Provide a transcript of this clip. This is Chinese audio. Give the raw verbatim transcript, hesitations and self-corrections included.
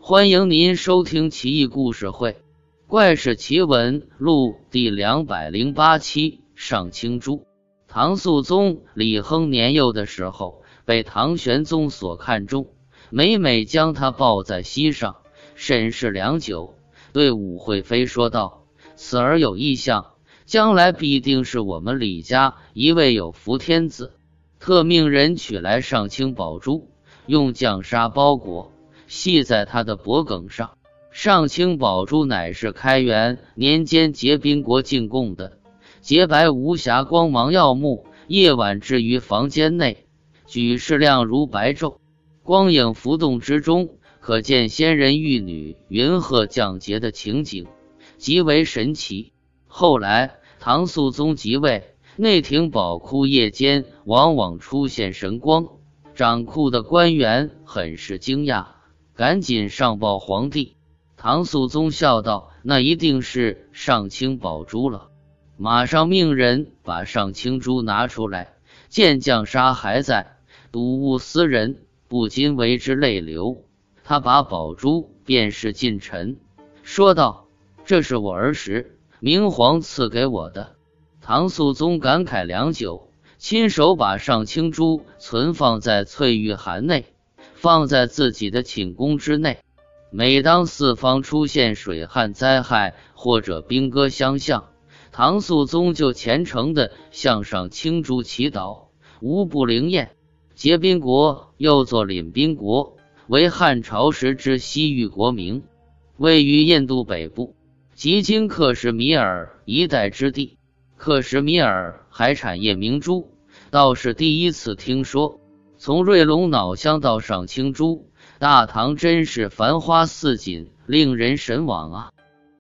欢迎您收听奇异故事会，怪事奇闻录第两百零八期。上青珠。唐肃宗李亨年幼的时候被唐玄宗所看中，每每将他抱在膝上，审视良久，对武惠妃说道：此儿有异象，将来必定是我们李家一位有福天子。特命人取来上青宝珠，用绛纱包裹，系在他的脖颈上。上青宝珠乃是开元年间结宾国进贡的，洁白无瑕，光芒耀目，夜晚置于房间内，举世亮如白昼，光影浮动之中，可见仙人玉女云鹤降洁的情景，极为神奇。后来唐肃宗即位，内廷宝库夜间往往出现神光，掌库的官员很是惊讶，赶紧上报皇帝。唐肃宗笑道：那一定是上青宝珠了。马上命人把上青珠拿出来，见绛纱还在，睹物思人，不禁为之泪流。他把宝珠便是近臣，说道：这是我儿时明皇赐给我的。唐肃宗感慨良久，亲手把上青珠存放在翠玉函内，放在自己的寝宫之内。每当四方出现水旱灾害或者兵戈相向，唐肃宗就虔诚地向上青珠祈祷，无不灵验。结宾国又作领宾国，为汉朝时之西域国名，位于印度北部，即今克什米尔一带之地。克什米尔还产业明珠，倒是第一次听说。从瑞龙脑香到上青珠，大唐真是繁花似锦，令人神往啊。